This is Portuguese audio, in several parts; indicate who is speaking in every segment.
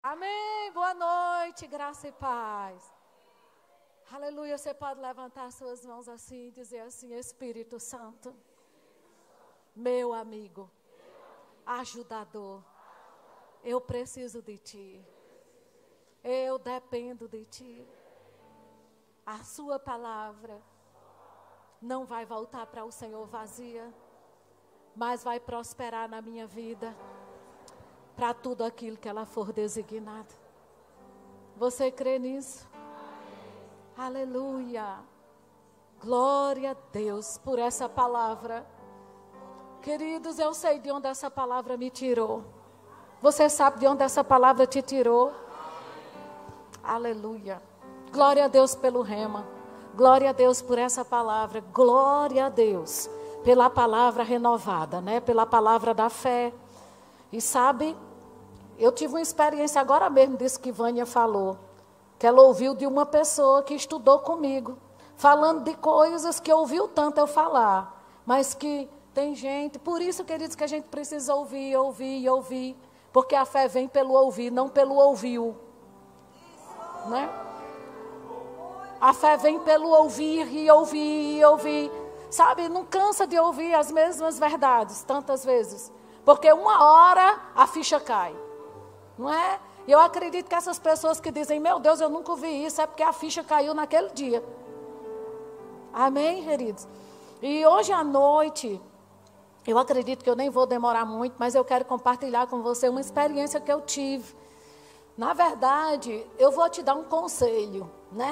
Speaker 1: Amém. Boa noite, graça e paz. Aleluia. Você pode levantar suas mãos assim e dizer assim: Espírito Santo, meu amigo, ajudador, eu preciso de ti. Eu dependo de ti. A sua palavra não vai voltar para o Senhor vazia, mas vai prosperar na minha vida para tudo aquilo que ela for designada. Você crê nisso? Amém. Aleluia. Glória a Deus por essa palavra. Queridos, eu sei de onde essa palavra me tirou. Você sabe de onde essa palavra te tirou? Aleluia. Glória a Deus pelo rema. Glória a Deus por essa palavra. Glória a Deus pela palavra renovada, né? Pela palavra da fé. E sabe, eu tive uma experiência agora mesmo disso que Vânia falou. Que ela ouviu de uma pessoa que estudou comigo. Falando de coisas que ouviu tanto eu falar. Mas que tem gente, por isso, queridos, que a gente precisa ouvir, ouvir e ouvir. Porque a fé vem pelo ouvir, não pelo ouviu. Né? A fé vem pelo ouvir e ouvir e ouvir. Sabe, não cansa de ouvir as mesmas verdades tantas vezes. Porque uma hora a ficha cai. Não é? Eu acredito que essas pessoas que dizem, meu Deus, eu nunca ouvi isso, é porque a ficha caiu naquele dia. Amém, queridos? E hoje à noite, eu acredito que eu nem vou demorar muito, mas eu quero compartilhar com você uma experiência que eu tive. Na verdade, eu vou te dar um conselho, né?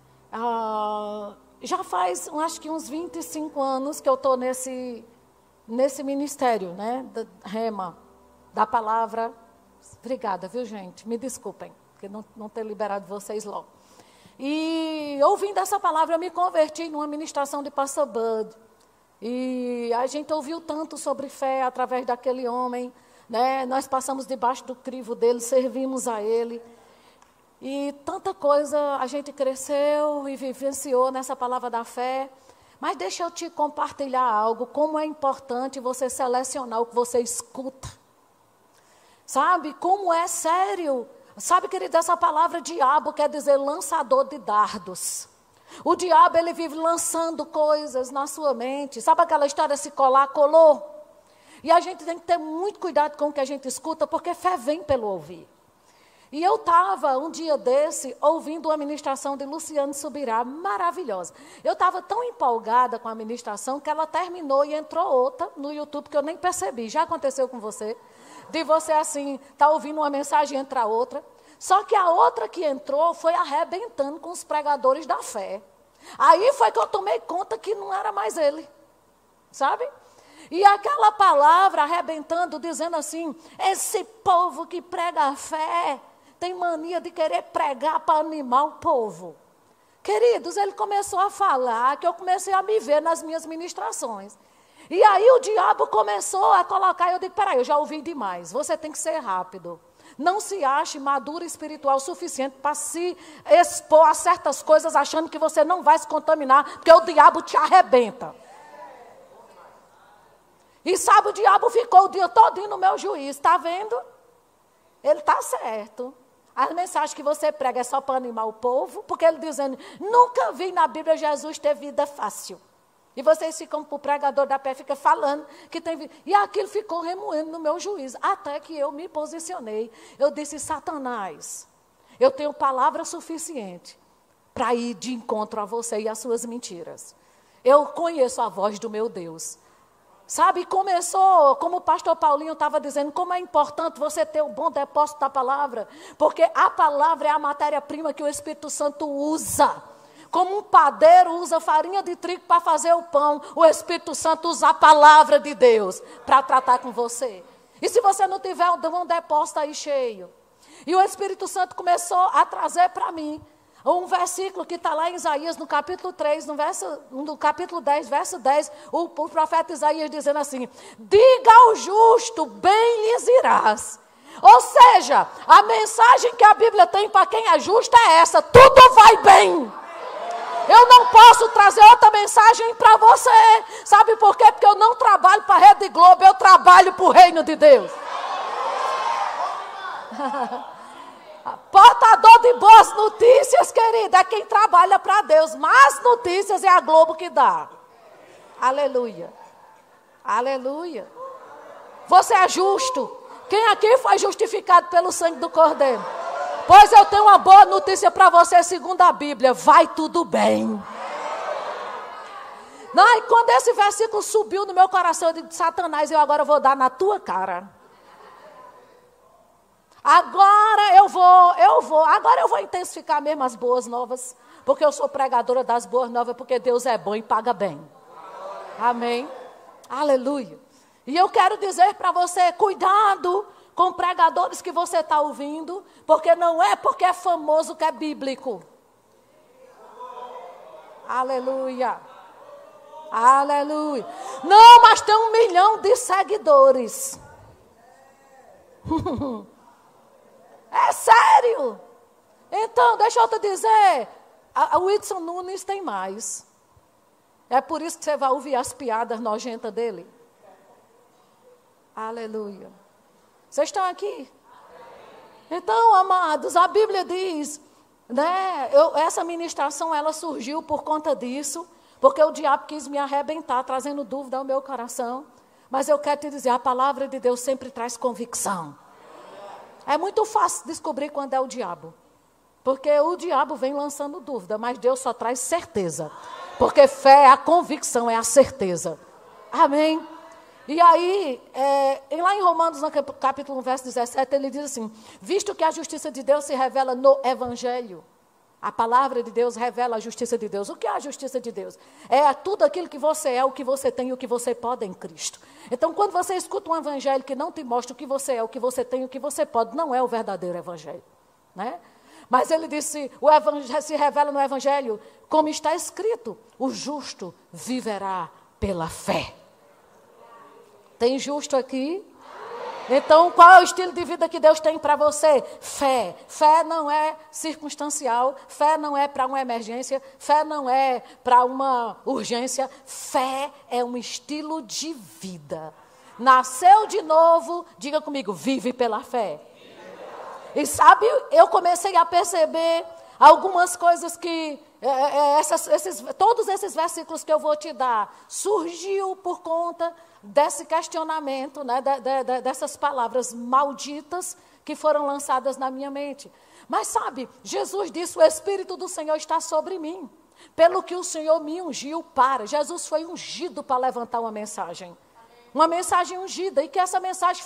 Speaker 1: Já faz, acho que uns 25 anos que eu estou nesse ministério, né? Da rema, da palavra. Obrigada, viu, gente? Me desculpem, porque não ter liberado vocês logo. E ouvindo essa palavra, eu me converti numa ministração de Pastor Bud. E a gente ouviu tanto sobre fé através daquele homem, né? Nós passamos debaixo do crivo dele, servimos a ele. E tanta coisa a gente cresceu e vivenciou nessa palavra da fé. Mas deixa eu te compartilhar algo, como é importante você selecionar o que você escuta. Sabe, como é sério. Sabe, querido, essa palavra diabo quer dizer lançador de dardos. O diabo, ele vive lançando coisas na sua mente. Sabe aquela história, se colar, colou? E a gente tem que ter muito cuidado com o que a gente escuta, porque fé vem pelo ouvir. E eu estava, um dia desse, ouvindo uma ministração de Luciane Subirá, maravilhosa. Eu estava tão empolgada com a ministração, que ela terminou e entrou outra no YouTube, que eu nem percebi. Já aconteceu com você? De você, assim, tá ouvindo uma mensagem e entra outra. Só que a outra que entrou foi arrebentando com os pregadores da fé. Aí foi que eu tomei conta que não era mais ele. Sabe? E aquela palavra arrebentando, dizendo assim, esse povo que prega a fé tem mania de querer pregar para animar o povo. Queridos, ele começou a falar que eu comecei a me ver nas minhas ministrações. E aí o diabo começou a colocar, eu digo, peraí, eu já ouvi demais, você tem que ser rápido. Não se ache maduro espiritual o suficiente para se expor a certas coisas achando que você não vai se contaminar, porque o diabo te arrebenta. E sabe, o diabo ficou o dia todinho no meu juízo, está vendo? Ele está certo. As mensagens que você prega é só para animar o povo, porque ele dizendo, nunca vi na Bíblia Jesus ter vida fácil. E vocês ficam, o pregador da fé fica falando que tem vida. E aquilo ficou remoendo no meu juízo, até que eu me posicionei. Eu disse, Satanás, eu tenho palavra suficiente para ir de encontro a você e às suas mentiras. Eu conheço a voz do meu Deus. Sabe, começou, como o pastor Paulinho estava dizendo, como é importante você ter um bom depósito da palavra, porque a palavra é a matéria-prima que o Espírito Santo usa. Como um padeiro usa farinha de trigo para fazer o pão, o Espírito Santo usa a palavra de Deus para tratar com você. E se você não tiver um depósito aí cheio? E o Espírito Santo começou a trazer para mim um versículo que está lá em Isaías, no capítulo 3, no capítulo 10, verso 10, o profeta Isaías dizendo assim, diga ao justo, bem lhes irás. Ou seja, a mensagem que a Bíblia tem para quem é justo é essa, tudo vai bem. Eu não posso trazer outra mensagem para você. Sabe por quê? Porque eu não trabalho para a Rede Globo, eu trabalho para o reino de Deus. Portador de boas notícias, querida, é quem trabalha para Deus. Más notícias é a Globo que dá. Aleluia. Aleluia. Você é justo. Quem aqui foi justificado pelo sangue do Cordeiro? Pois eu tenho uma boa notícia para você, segundo a Bíblia. Vai tudo bem. Não, e quando esse versículo subiu no meu coração, eu disse, Satanás, eu agora vou dar na tua cara. Agora eu vou intensificar mesmo as boas novas, porque eu sou pregadora das boas novas, porque Deus é bom e paga bem. Amém? Aleluia. E eu quero dizer para você, cuidado com pregadores que você está ouvindo, porque não é porque é famoso que é bíblico. Aleluia. Aleluia. Não, mas tem 1 milhão de seguidores. É sério. Então, deixa eu te dizer, a Whitson Nunes tem mais. É por isso que você vai ouvir as piadas nojentas dele. Aleluia. Vocês estão aqui? Então, amados, a Bíblia diz, né, essa ministração, ela surgiu por conta disso, porque o diabo quis me arrebentar, trazendo dúvida ao meu coração. Mas eu quero te dizer, a palavra de Deus sempre traz convicção. É muito fácil descobrir quando é o diabo. Porque o diabo vem lançando dúvida, mas Deus só traz certeza. Porque fé é a convicção, é a certeza. Amém? E aí, lá em Romanos, no capítulo 1, verso 17, ele diz assim, visto que a justiça de Deus se revela no Evangelho, a palavra de Deus revela a justiça de Deus. O que é a justiça de Deus? É tudo aquilo que você é, o que você tem e o que você pode em Cristo. Então, quando você escuta um evangelho que não te mostra o que você é, o que você tem e o que você pode, não é o verdadeiro evangelho. Né? Mas ele disse, o evangelho se revela no evangelho, como está escrito, o justo viverá pela fé. Tem justo aqui? Então, qual é o estilo de vida que Deus tem para você? Fé. Fé não é circunstancial, fé não é para uma emergência, fé não é para uma urgência, fé é um estilo de vida. Nasceu de novo, diga comigo, vive pela fé. E sabe, eu comecei a perceber algumas coisas que, todos esses versículos que eu vou te dar, surgiu por conta desse questionamento, né, dessas palavras malditas que foram lançadas na minha mente. Mas sabe, Jesus disse, o Espírito do Senhor está sobre mim, pelo que o Senhor me ungiu para. Jesus foi ungido para levantar uma mensagem ungida, e que essa mensagem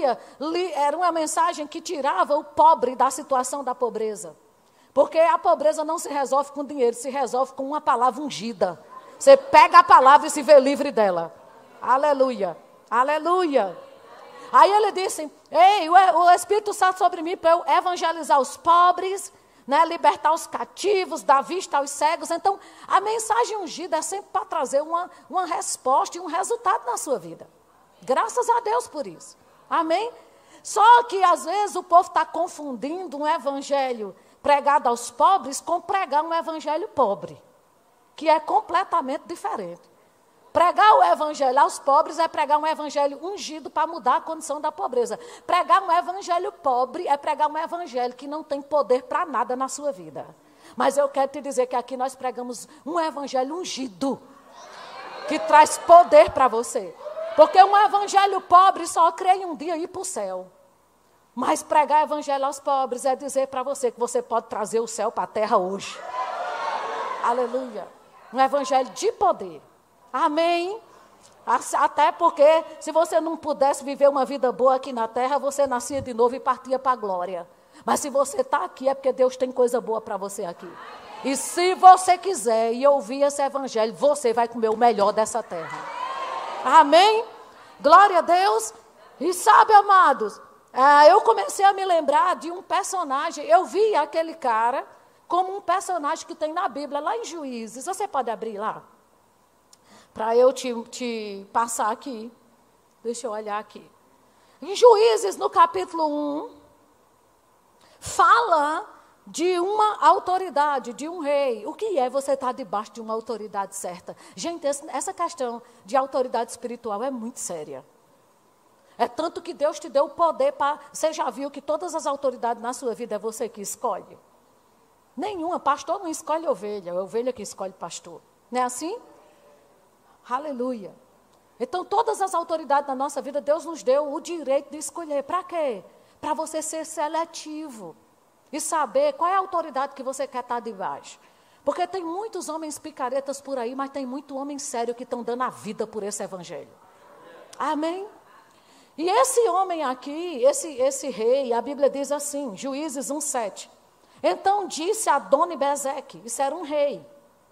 Speaker 1: era uma mensagem que tirava o pobre da situação da pobreza. Porque a pobreza não se resolve com dinheiro, se resolve com uma palavra ungida. Você pega a palavra e se vê livre dela. Aleluia, aleluia. Aí ele disse, ei, o Espírito Santo sobre mim para eu evangelizar os pobres, né, libertar os cativos, dar vista aos cegos. Então, a mensagem ungida é sempre para trazer uma resposta e um resultado na sua vida. Graças a Deus por isso. Amém? Só que, às vezes, o povo está confundindo um evangelho pregado aos pobres com pregar um evangelho pobre, que é completamente diferente. Pregar o evangelho aos pobres é pregar um evangelho ungido para mudar a condição da pobreza. Pregar um evangelho pobre é pregar um evangelho que não tem poder para nada na sua vida. Mas eu quero te dizer que aqui nós pregamos um evangelho ungido, que traz poder para você. Porque um evangelho pobre só crê em um dia ir para o céu. Mas pregar evangelho aos pobres é dizer para você que você pode trazer o céu para a terra hoje. Aleluia. Um evangelho de poder. Amém? Até porque se você não pudesse viver uma vida boa aqui na terra, você nascia de novo e partia para a glória. Mas se você está aqui, é porque Deus tem coisa boa para você aqui. E se você quiser e ouvir esse evangelho, você vai comer o melhor dessa terra. Amém? Glória a Deus. E sabe, amados, eu comecei a me lembrar de um personagem. Eu vi aquele cara como um personagem que tem na Bíblia, lá em Juízes. Você pode abrir lá? Para eu te passar aqui. Deixa eu olhar aqui. Em Juízes, no capítulo 1, fala de uma autoridade, de um rei. O que é você estar debaixo de uma autoridade certa? Gente, essa questão de autoridade espiritual é muito séria. É tanto que Deus te deu o poder para... Você já viu que todas as autoridades na sua vida é você que escolhe? Nenhuma. Pastor não escolhe ovelha, é a ovelha que escolhe pastor. Não é assim? Aleluia. Então, todas as autoridades da nossa vida, Deus nos deu o direito de escolher. Para quê? Para você ser seletivo e saber qual é a autoridade que você quer estar debaixo. Porque tem muitos homens picaretas por aí, mas tem muito homem sério que estão dando a vida por esse evangelho. Amém? E esse homem aqui, esse rei, a Bíblia diz assim, Juízes 1:7. Então disse Adoni-Bezeque, isso era um rei.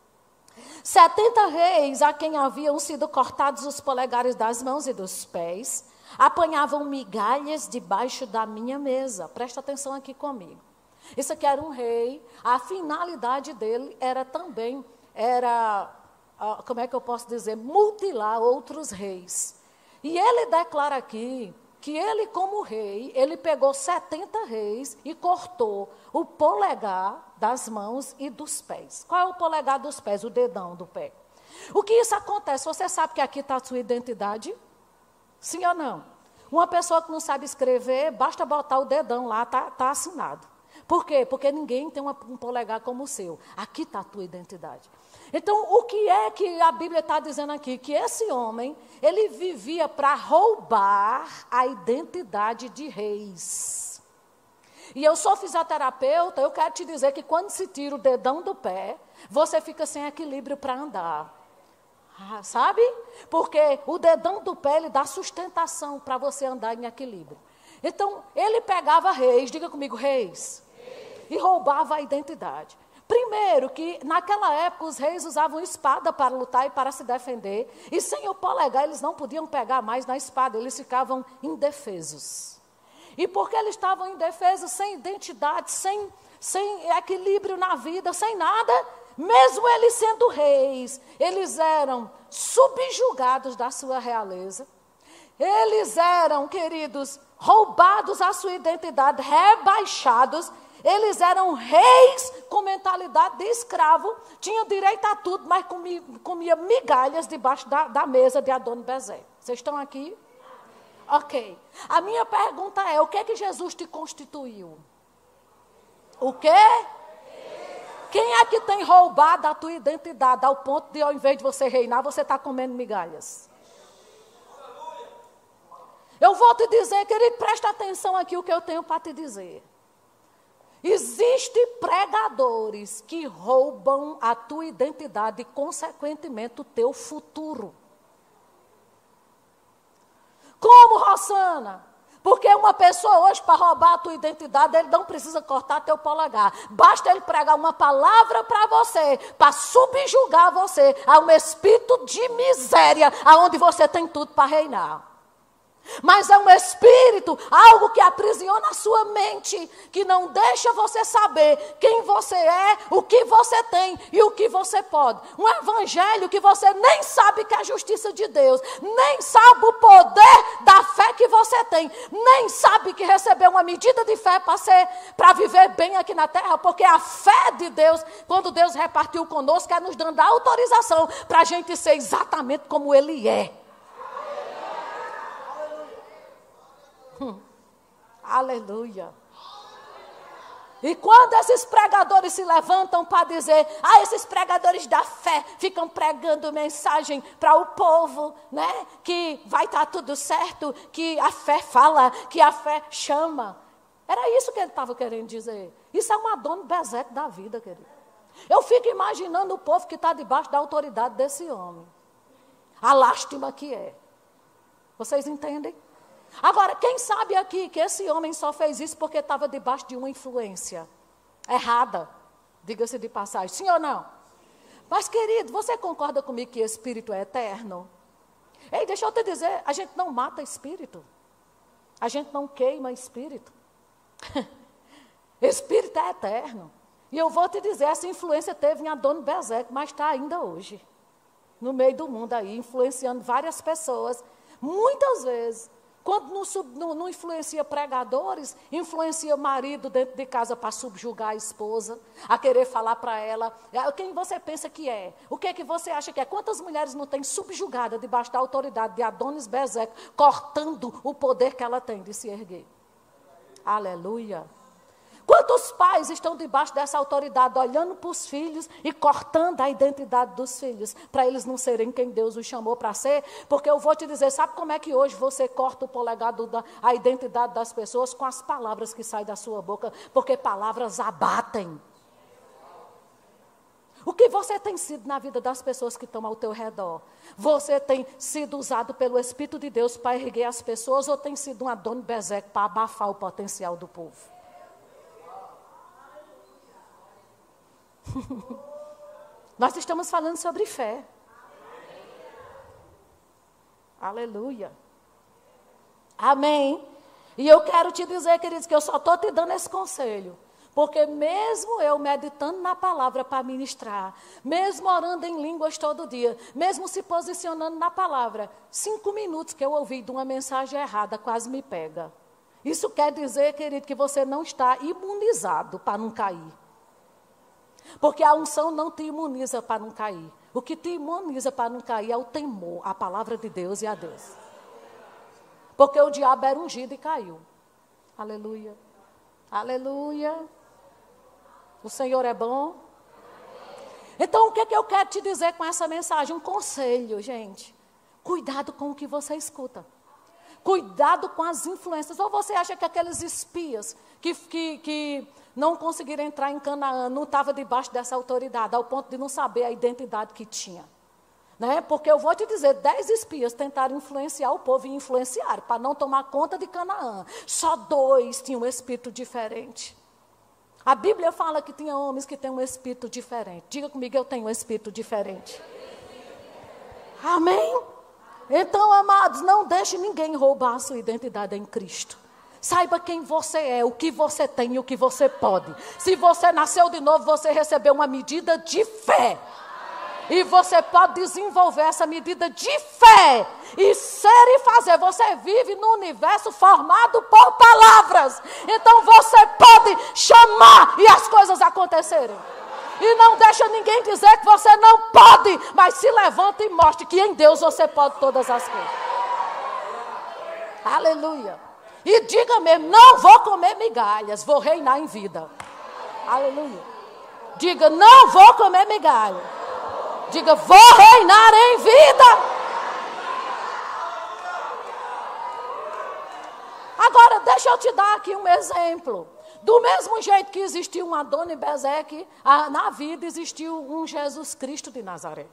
Speaker 1: 70 reis a quem haviam sido cortados os polegares das mãos e dos pés, apanhavam migalhas debaixo da minha mesa. Presta atenção aqui comigo. Isso aqui era um rei, a finalidade dele era também, como é que eu posso dizer, mutilar outros reis. E ele declara aqui que ele, como rei, ele pegou 70 reis e cortou o polegar das mãos e dos pés. Qual é o polegar dos pés? O dedão do pé. O que isso acontece? Você sabe que aqui está a sua identidade? Sim ou não? Uma pessoa que não sabe escrever, basta botar o dedão lá, está assinado. Por quê? Porque ninguém tem um polegar como o seu. Aqui está a tua identidade. Então, o que é que a Bíblia está dizendo aqui? Que esse homem, ele vivia para roubar a identidade de reis. E eu sou fisioterapeuta, eu quero te dizer que quando se tira o dedão do pé, você fica sem equilíbrio para andar. Sabe? Porque o dedão do pé, ele dá sustentação para você andar em equilíbrio. Então, ele pegava reis, diga comigo, reis, e roubava a identidade. Primeiro, que naquela época os reis usavam espada para lutar e para se defender, e sem o polegar eles não podiam pegar mais na espada, eles ficavam indefesos. E porque eles estavam indefesos, sem identidade, sem equilíbrio na vida, sem nada, mesmo eles sendo reis, eles eram subjugados da sua realeza, eles eram, queridos, roubados a sua identidade, rebaixados. Eles eram reis com mentalidade de escravo, tinham direito a tudo, mas comia migalhas debaixo da mesa de Adoni-Bezeque. Vocês estão aqui? Ok. A minha pergunta é, o que é que Jesus te constituiu? O quê? Quem é que tem roubado a tua identidade ao ponto de, ao invés de você reinar, você está comendo migalhas? Eu vou te dizer, querido, presta atenção aqui o que eu tenho para te dizer. Existem pregadores que roubam a tua identidade e, consequentemente, o teu futuro. Como, Rosana? Porque uma pessoa hoje, para roubar a tua identidade, ele não precisa cortar teu polegar. Basta ele pregar uma palavra para você, para subjugar você a um espírito de miséria, aonde você tem tudo para reinar. Mas é um espírito, algo que aprisiona a sua mente, que não deixa você saber quem você é, o que você tem e o que você pode. Um evangelho que você nem sabe que é a justiça de Deus, nem sabe o poder da fé que você tem, nem sabe que recebeu uma medida de fé para viver bem aqui na terra, porque a fé de Deus, quando Deus repartiu conosco, é nos dando a autorização para a gente ser exatamente como Ele é. Aleluia. E quando esses pregadores se levantam para dizer, esses pregadores da fé ficam pregando mensagem para o povo, né? Que vai estar tudo certo, que a fé fala, que a fé chama. Era isso que ele estava querendo dizer. Isso é um Adoni-Bezeque da vida, querido. Eu fico imaginando o povo que está debaixo da autoridade desse homem. A lástima que é. Vocês entendem? Agora, quem sabe aqui que esse homem só fez isso porque estava debaixo de uma influência errada, diga-se de passagem, sim ou não? Mas, querido, você concorda comigo que espírito é eterno? Ei, deixa eu te dizer, a gente não mata espírito, a gente não queima espírito. Espírito é eterno. E eu vou te dizer, essa influência teve em Adoni-Bezeque, mas está ainda hoje, no meio do mundo aí, influenciando várias pessoas, muitas vezes, Quando não influencia pregadores, influencia marido dentro de casa para subjugar a esposa, a querer falar para ela quem você pensa que é, o que é que você acha que é. Quantas mulheres não têm subjugada debaixo da autoridade de Adonis Bezeque, cortando o poder que ela tem de se erguer? Aleluia. Quantos pais estão debaixo dessa autoridade, olhando para os filhos e cortando a identidade dos filhos, para eles não serem quem Deus os chamou para ser? Porque eu vou te dizer, sabe como é que hoje você corta o polegado a identidade das pessoas? Com as palavras que saem da sua boca, porque palavras abatem. O que você tem sido na vida das pessoas que estão ao teu redor? Você tem sido usado pelo Espírito de Deus para erguer as pessoas, ou tem sido um Adonis Bezeque para abafar o potencial do povo? Nós estamos falando sobre fé. Aleluia. Amém. E eu quero te dizer, queridos, que eu só estou te dando esse conselho, porque mesmo eu meditando na palavra para ministrar, mesmo orando em línguas todo dia, mesmo se posicionando na palavra, 5 minutos que eu ouvi de uma mensagem errada quase me pega. Isso quer dizer, querido, que você não está imunizado para não cair. Porque a unção não te imuniza para não cair. O que te imuniza para não cair é o temor, a palavra de Deus e a Deus. Porque o diabo era ungido e caiu. Aleluia. Aleluia. O Senhor é bom. Então, o que é que eu quero te dizer com essa mensagem? Um conselho, gente. Cuidado com o que você escuta. Cuidado com as influências. Ou você acha que aqueles espias que não conseguiram entrar em Canaã não estavam debaixo dessa autoridade, ao ponto de não saber a identidade que tinha? Né? Porque eu vou te dizer, 10 espias tentaram influenciar o povo e influenciaram para não tomar conta de Canaã. Só 2 tinham um espírito diferente. A Bíblia fala que tinha homens que têm um espírito diferente. Diga comigo, eu tenho um espírito diferente. Amém? Então, amados, não deixe ninguém roubar a sua identidade em Cristo. Saiba quem você é, o que você tem e o que você pode. Se você nasceu de novo, você recebeu uma medida de fé. E você pode desenvolver essa medida de fé. E ser e fazer. Você vive num universo formado por palavras. Então você pode chamar e as coisas acontecerem. E não deixa ninguém dizer que você não pode. Mas se levanta e mostre que em Deus você pode todas as coisas. Aleluia. E diga mesmo, não vou comer migalhas, vou reinar em vida. Aleluia. Diga, não vou comer migalhas. Diga, vou reinar em vida. Agora, deixa eu te dar aqui um exemplo. Do mesmo jeito que existiu um Adonis Bezeque, na vida existiu um Jesus Cristo de Nazaré.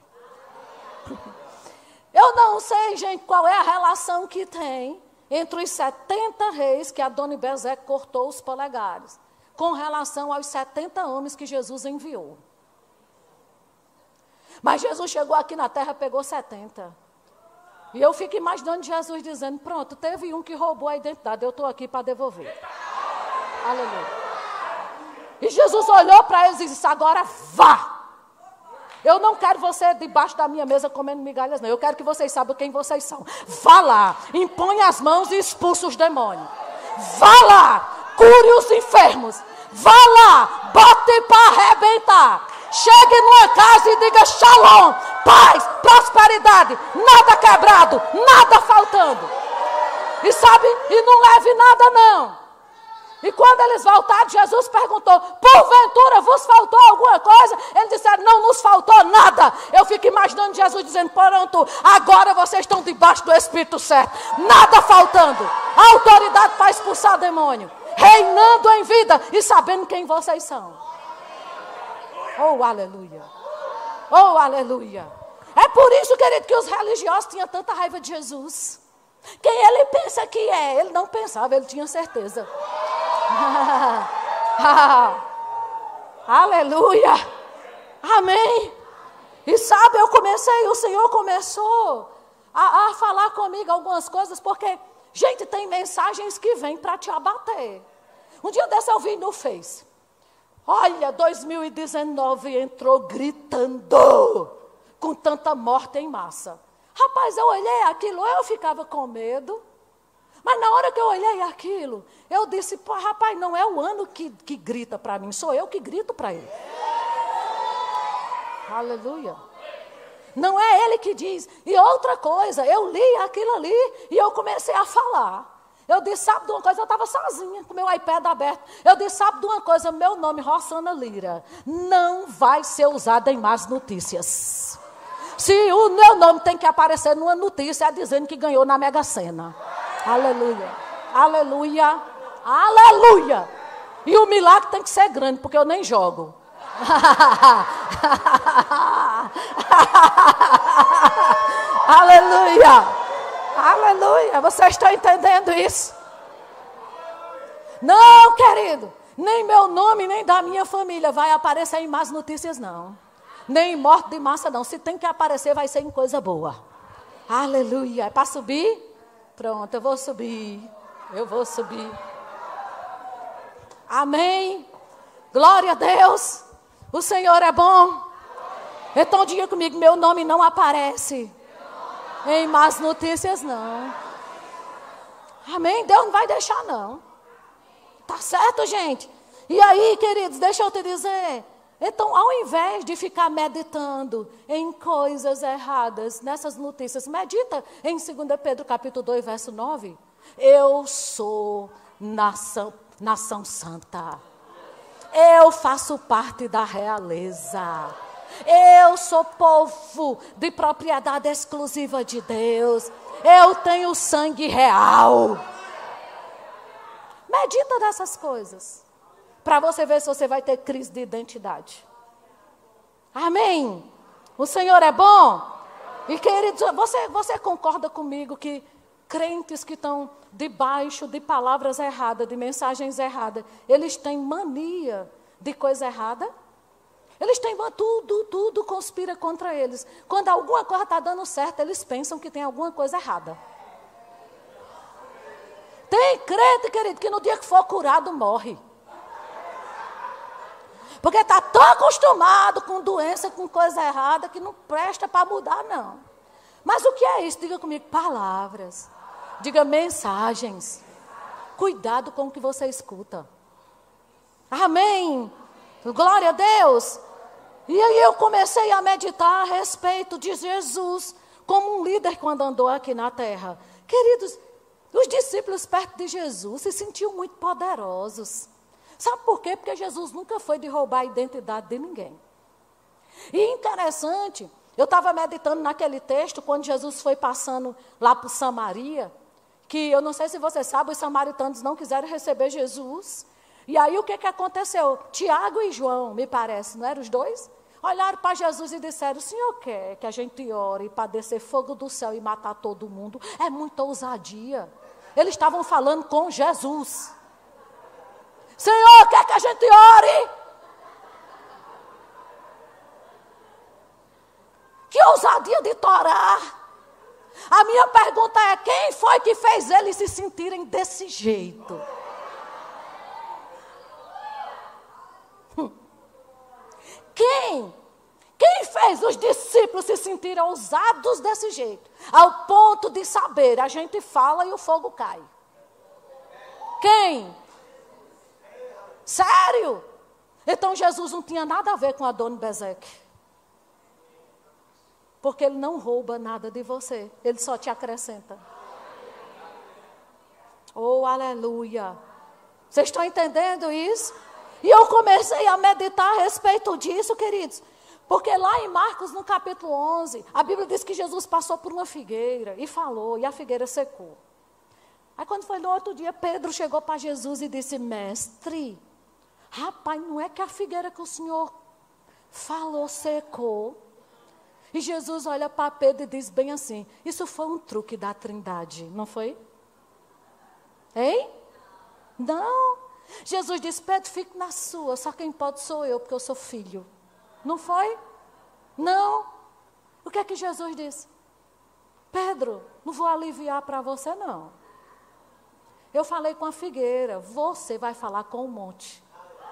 Speaker 1: Eu não sei, gente, qual é a relação que tem entre os 70 reis que Adonis Bezeque cortou os polegares, com relação aos 70 homens que Jesus enviou. Mas Jesus chegou aqui na terra, pegou 70. E eu fico imaginando Jesus dizendo, pronto, teve um que roubou a identidade, eu estou aqui para devolver. Aleluia. E Jesus olhou para eles e disse, agora vá. Eu não quero você debaixo da minha mesa comendo migalhas, não. Eu quero que vocês saibam quem vocês são. Vá lá, impõe as mãos e expulsa os demônios. Vá lá, cure os enfermos. Vá lá, bote para arrebentar. Chegue numa casa e diga shalom, paz, prosperidade, nada quebrado, nada faltando. E sabe, e não leve nada não. E quando eles voltaram, Jesus perguntou, porventura vos faltou alguma coisa? Eles disseram, não nos faltou nada. Eu fico imaginando Jesus dizendo, pronto, agora vocês estão debaixo do Espírito certo. Nada faltando. Autoridade para expulsar demônio. Reinando em vida e sabendo quem vocês são. Oh, aleluia. Oh, aleluia. É por isso, querido, que os religiosos tinham tanta raiva de Jesus. Quem ele pensa que é? Ele não pensava, ele tinha certeza. Aleluia. Amém. E sabe, o Senhor começou a falar comigo algumas coisas, porque, gente, tem mensagens que vêm para te abater. Um dia desse eu vi no Face. Olha, 2019 entrou gritando, com tanta morte em massa. Rapaz, eu olhei aquilo, eu ficava com medo. Mas na hora que eu olhei aquilo, eu disse, pô, rapaz, não é o ano que grita para mim, sou eu que grito para ele. Aleluia. Não é ele que diz. E outra coisa, eu li aquilo ali e eu comecei a falar. Eu disse, sabe de uma coisa? Eu estava sozinha, com meu iPad aberto. Eu disse, sabe de uma coisa? Meu nome, Rossana Lira, não vai ser usado em más notícias. Se o meu nome tem que aparecer numa notícia, é dizendo que ganhou na Mega Sena. Aleluia. Aleluia. Aleluia. E o milagre tem que ser grande, porque eu nem jogo. Aleluia. Aleluia, vocês estão entendendo isso? Não, querido, nem meu nome, nem da minha família vai aparecer em más notícias, não. Nem em morte de massa, não. Se tem que aparecer, vai ser em coisa boa. Aleluia, é para subir? Pronto, eu vou subir. Eu vou subir. Amém. Glória a Deus. O Senhor é bom. Então diga comigo, meu nome não aparece em más notícias, não. Amém? Deus não vai deixar, não. Tá certo, gente? E aí, queridos, deixa eu te dizer. Então, ao invés de ficar meditando em coisas erradas, nessas notícias, medita em 2 Pedro capítulo 2, verso 9. Eu sou nação santa. Eu faço parte da realeza. Eu sou povo de propriedade exclusiva de Deus. Eu tenho sangue real. Medita nessas coisas, para você ver se você vai ter crise de identidade. Amém? O Senhor é bom? E queridos, você concorda comigo que crentes que estão debaixo de palavras erradas, de mensagens erradas, eles têm mania de coisa errada? Eles têm tudo conspira contra eles. Quando alguma coisa está dando certo, eles pensam que tem alguma coisa errada. Tem crente, querido, que no dia que for curado, morre. Porque está tão acostumado com doença, com coisa errada, que não presta para mudar, não. Mas o que é isso? Diga comigo, palavras. Diga mensagens. Cuidado com o que você escuta. Amém. Glória a Deus. E aí eu comecei a meditar a respeito de Jesus como um líder quando andou aqui na terra. Queridos, os discípulos perto de Jesus se sentiam muito poderosos. Sabe por quê? Porque Jesus nunca foi de roubar a identidade de ninguém. E interessante, eu estava meditando naquele texto, quando Jesus foi passando lá por Samaria, que eu não sei se você sabe, os samaritanos não quiseram receber Jesus. E aí o que aconteceu? Tiago e João, me parece, não eram os dois? Olharam para Jesus e disseram, o senhor quer que a gente ore para descer fogo do céu e matar todo mundo? É muita ousadia. Eles estavam falando com Jesus. Senhor, quer que a gente ore? Que ousadia de torar. A minha pergunta é, quem foi que fez eles se sentirem desse jeito? Quem? Quem fez os discípulos se sentirem ousados desse jeito? Ao ponto de saber, a gente fala e o fogo cai. Quem? Sério? Então Jesus não tinha nada a ver com Adoni-Bezeque. Porque ele não rouba nada de você. Ele só te acrescenta. Oh, aleluia. Vocês estão entendendo isso? E eu comecei a meditar a respeito disso, queridos. Porque lá em Marcos, no capítulo 11, a Bíblia diz que Jesus passou por uma figueira e falou, e a figueira secou. Aí quando foi no outro dia, Pedro chegou para Jesus e disse, mestre, rapaz, não é que a figueira que o Senhor falou secou? E Jesus olha para Pedro e diz bem assim, isso foi um truque da Trindade, não foi? Hein? Não. Jesus disse, Pedro, fique na sua, só quem pode sou eu, porque eu sou filho. Não foi? Não. O que é que Jesus disse? Pedro, não vou aliviar para você, não. Eu falei com a figueira, você vai falar com o monte.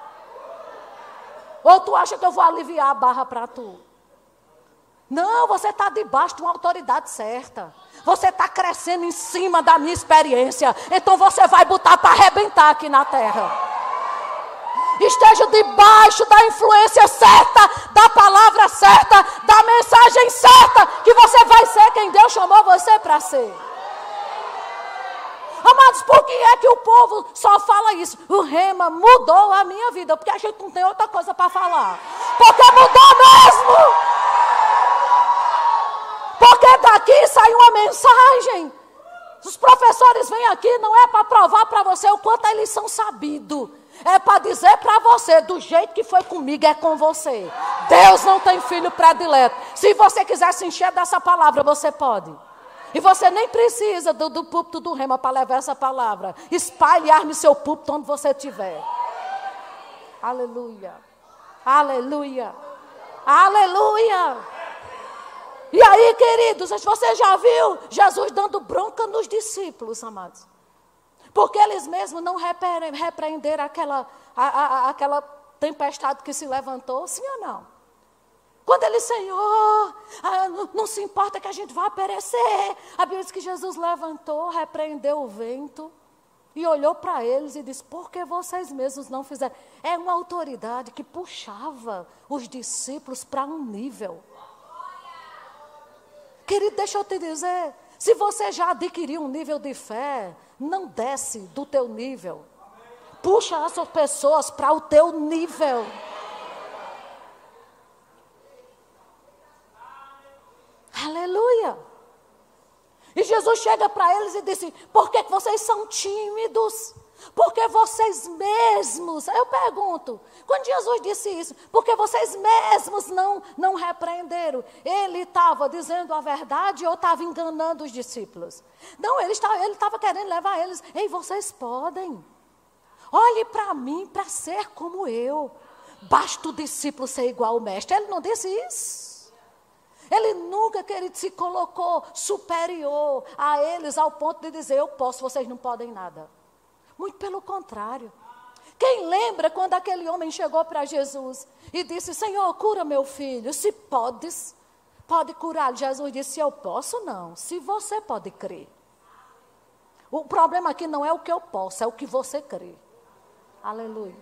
Speaker 1: Ou tu acha que eu vou aliviar a barra para tu? Não, você está debaixo de uma autoridade certa. Você está crescendo em cima da minha experiência. Então você vai botar para arrebentar aqui na terra. Esteja debaixo da influência certa, da palavra certa, da mensagem certa, que você vai ser quem Deus chamou você para ser. Amados, por que é que o povo só fala isso? O rema mudou a minha vida, porque a gente não tem outra coisa para falar. Porque mudou mesmo. Porque daqui sai uma mensagem. Os professores vêm aqui, não é para provar para você o quanto eles são sabidos. É para dizer para você, do jeito que foi comigo, é com você. Deus não tem filho predileto. Se você quiser se encher dessa palavra, você pode. E você nem precisa do púlpito do rema para levar essa palavra. Espalhe e arme seu púlpito onde você estiver. Aleluia. Aleluia. Aleluia. E aí, queridos, você já viu Jesus dando bronca nos discípulos, amados? Porque eles mesmos não repreenderam aquela tempestade que se levantou, sim ou não? Quando ele, Senhor, não se importa que a gente vá perecer. A Bíblia diz que Jesus levantou, repreendeu o vento e olhou para eles e disse, por que vocês mesmos não fizeram? É uma autoridade que puxava os discípulos para um nível. Querido, deixa eu te dizer, se você já adquiriu um nível de fé, não desce do teu nível. Puxa essas pessoas para o teu nível. Aleluia. E Jesus chega para eles e disse, por que vocês são tímidos? Porque vocês mesmos, eu pergunto, quando Jesus disse isso, porque vocês mesmos não repreenderam, ele estava dizendo a verdade ou estava enganando os discípulos? Não, ele estava querendo levar eles, ei, vocês podem, olhe para mim para ser como eu, basta o discípulo ser igual ao mestre. Ele não disse isso. Ele nunca, querido, se colocou superior a eles ao ponto de dizer, eu posso, vocês não podem nada. Muito pelo contrário. Quem lembra quando aquele homem chegou para Jesus e disse, Senhor, cura meu filho, se podes, pode curá-lo. Jesus disse, eu posso não, se você pode crer. O problema aqui não é o que eu posso, é o que você crê. Aleluia.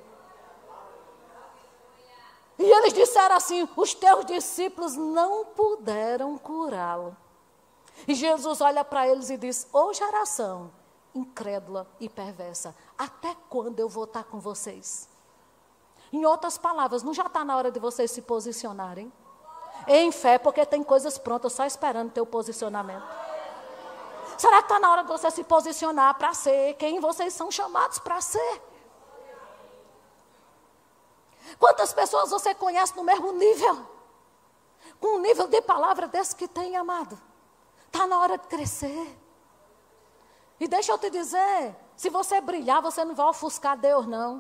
Speaker 1: E eles disseram assim, os teus discípulos não puderam curá-lo. E Jesus olha para eles e diz, ô geração incrédula e perversa, até quando eu vou estar com vocês? Em outras palavras, não já está na hora de vocês se posicionarem? Em fé, porque tem coisas prontas só esperando teu posicionamento. Será que está na hora de você se posicionar para ser quem vocês são chamados para ser? Quantas pessoas você conhece no mesmo nível? Com um nível de palavra desse que tem, amado. Está na hora de crescer. E deixa eu te dizer, se você brilhar, você não vai ofuscar Deus, não.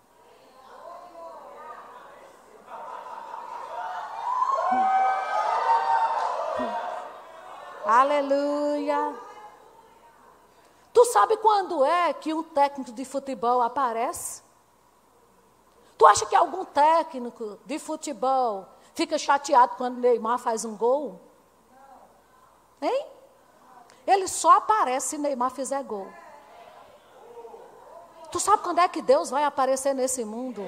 Speaker 1: Aleluia. Tu sabe quando é que um técnico de futebol aparece? Tu acha que algum técnico de futebol fica chateado quando Neymar faz um gol? Hein? Ele só aparece se Neymar fizer gol. Tu sabe quando é que Deus vai aparecer nesse mundo?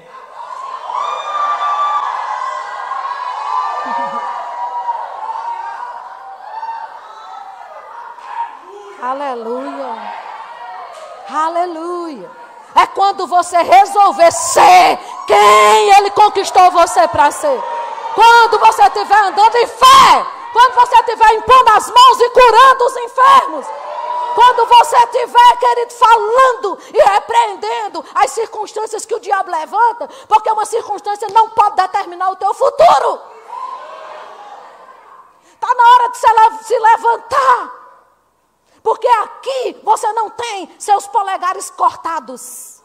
Speaker 1: Aleluia. Aleluia. É quando você resolver ser quem Ele conquistou você para ser. Quando você estiver andando em fé. Quando você estiver impondo as mãos e curando os enfermos. Quando você estiver, querido, falando e repreendendo as circunstâncias que o diabo levanta. Porque uma circunstância não pode determinar o teu futuro. Está na hora de se levantar. Porque aqui você não tem seus polegares cortados.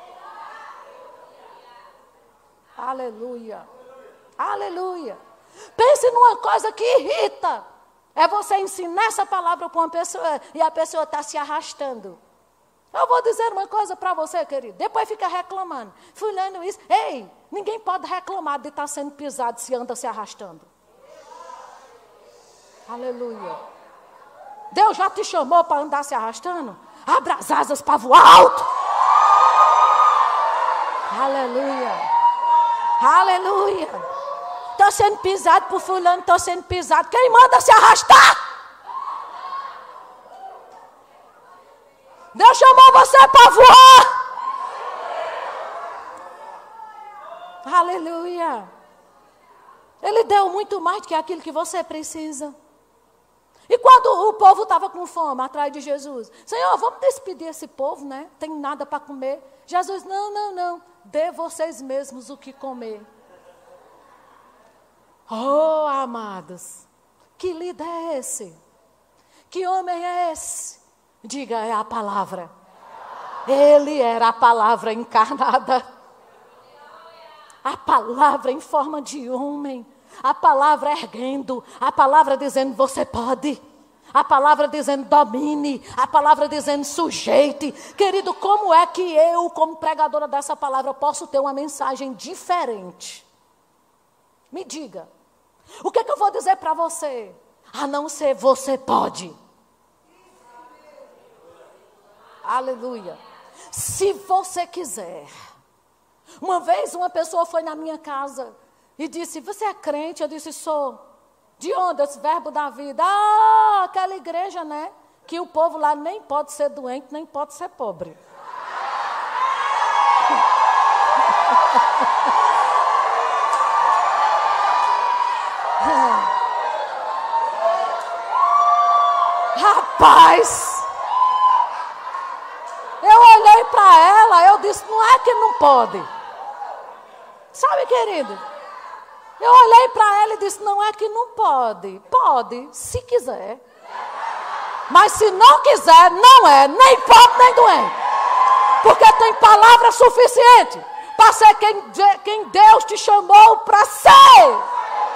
Speaker 1: Aleluia. Aleluia. Pense numa coisa que irrita. É você ensinar essa palavra para uma pessoa e a pessoa está se arrastando. Eu vou dizer uma coisa para você, querido. Depois fica reclamando. Fulano isso. Ei, ninguém pode reclamar de estar sendo pisado se anda se arrastando. Aleluia. Deus já te chamou para andar se arrastando? Abra as asas para voar alto. Aleluia. Aleluia. Estou sendo pisado por fulano, estou sendo pisado. Quem manda se arrastar? Deus chamou você para voar. Aleluia. Ele deu muito mais do que aquilo que você precisa. E quando o povo estava com fome atrás de Jesus, Senhor, vamos despedir esse povo, né? Tem nada para comer. Jesus, não. Dê vocês mesmos o que comer. Oh, amados, que líder é esse? Que homem é esse? Diga, é a palavra. Ele era a palavra encarnada. A palavra em forma de homem. A palavra erguendo. A palavra dizendo, você pode. A palavra dizendo, domine. A palavra dizendo, sujeite. Querido, como é que eu, como pregadora dessa palavra, posso ter uma mensagem diferente? Me diga. O que é que eu vou dizer para você? A não ser você pode. Aleluia. Se você quiser. Uma vez uma pessoa foi na minha casa e disse, você é crente? Eu disse, sou. De onde? Esse verbo da vida. Ah, aquela igreja, né? Que o povo lá nem pode ser doente, nem pode ser pobre. Rapaz! Eu olhei para ela, eu disse, não é que não pode. Sabe, querido? Eu olhei para ela e disse, não é que não pode. Pode, se quiser. Mas se não quiser, não é nem pobre nem doente. Porque tem palavra suficiente para ser quem Deus te chamou para ser.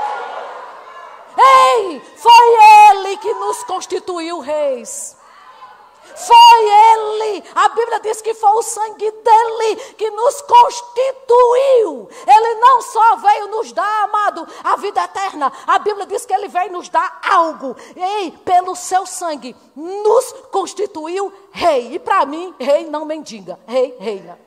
Speaker 1: Ei, foi Ele que nos constituiu reis. Foi Ele, a Bíblia diz que foi o sangue dele que nos constituiu. Ele não só veio nos dar, amado, a vida eterna. A Bíblia diz que Ele veio nos dar algo. Ei, pelo seu sangue, nos constituiu rei. E para mim, rei não mendiga, rei reina.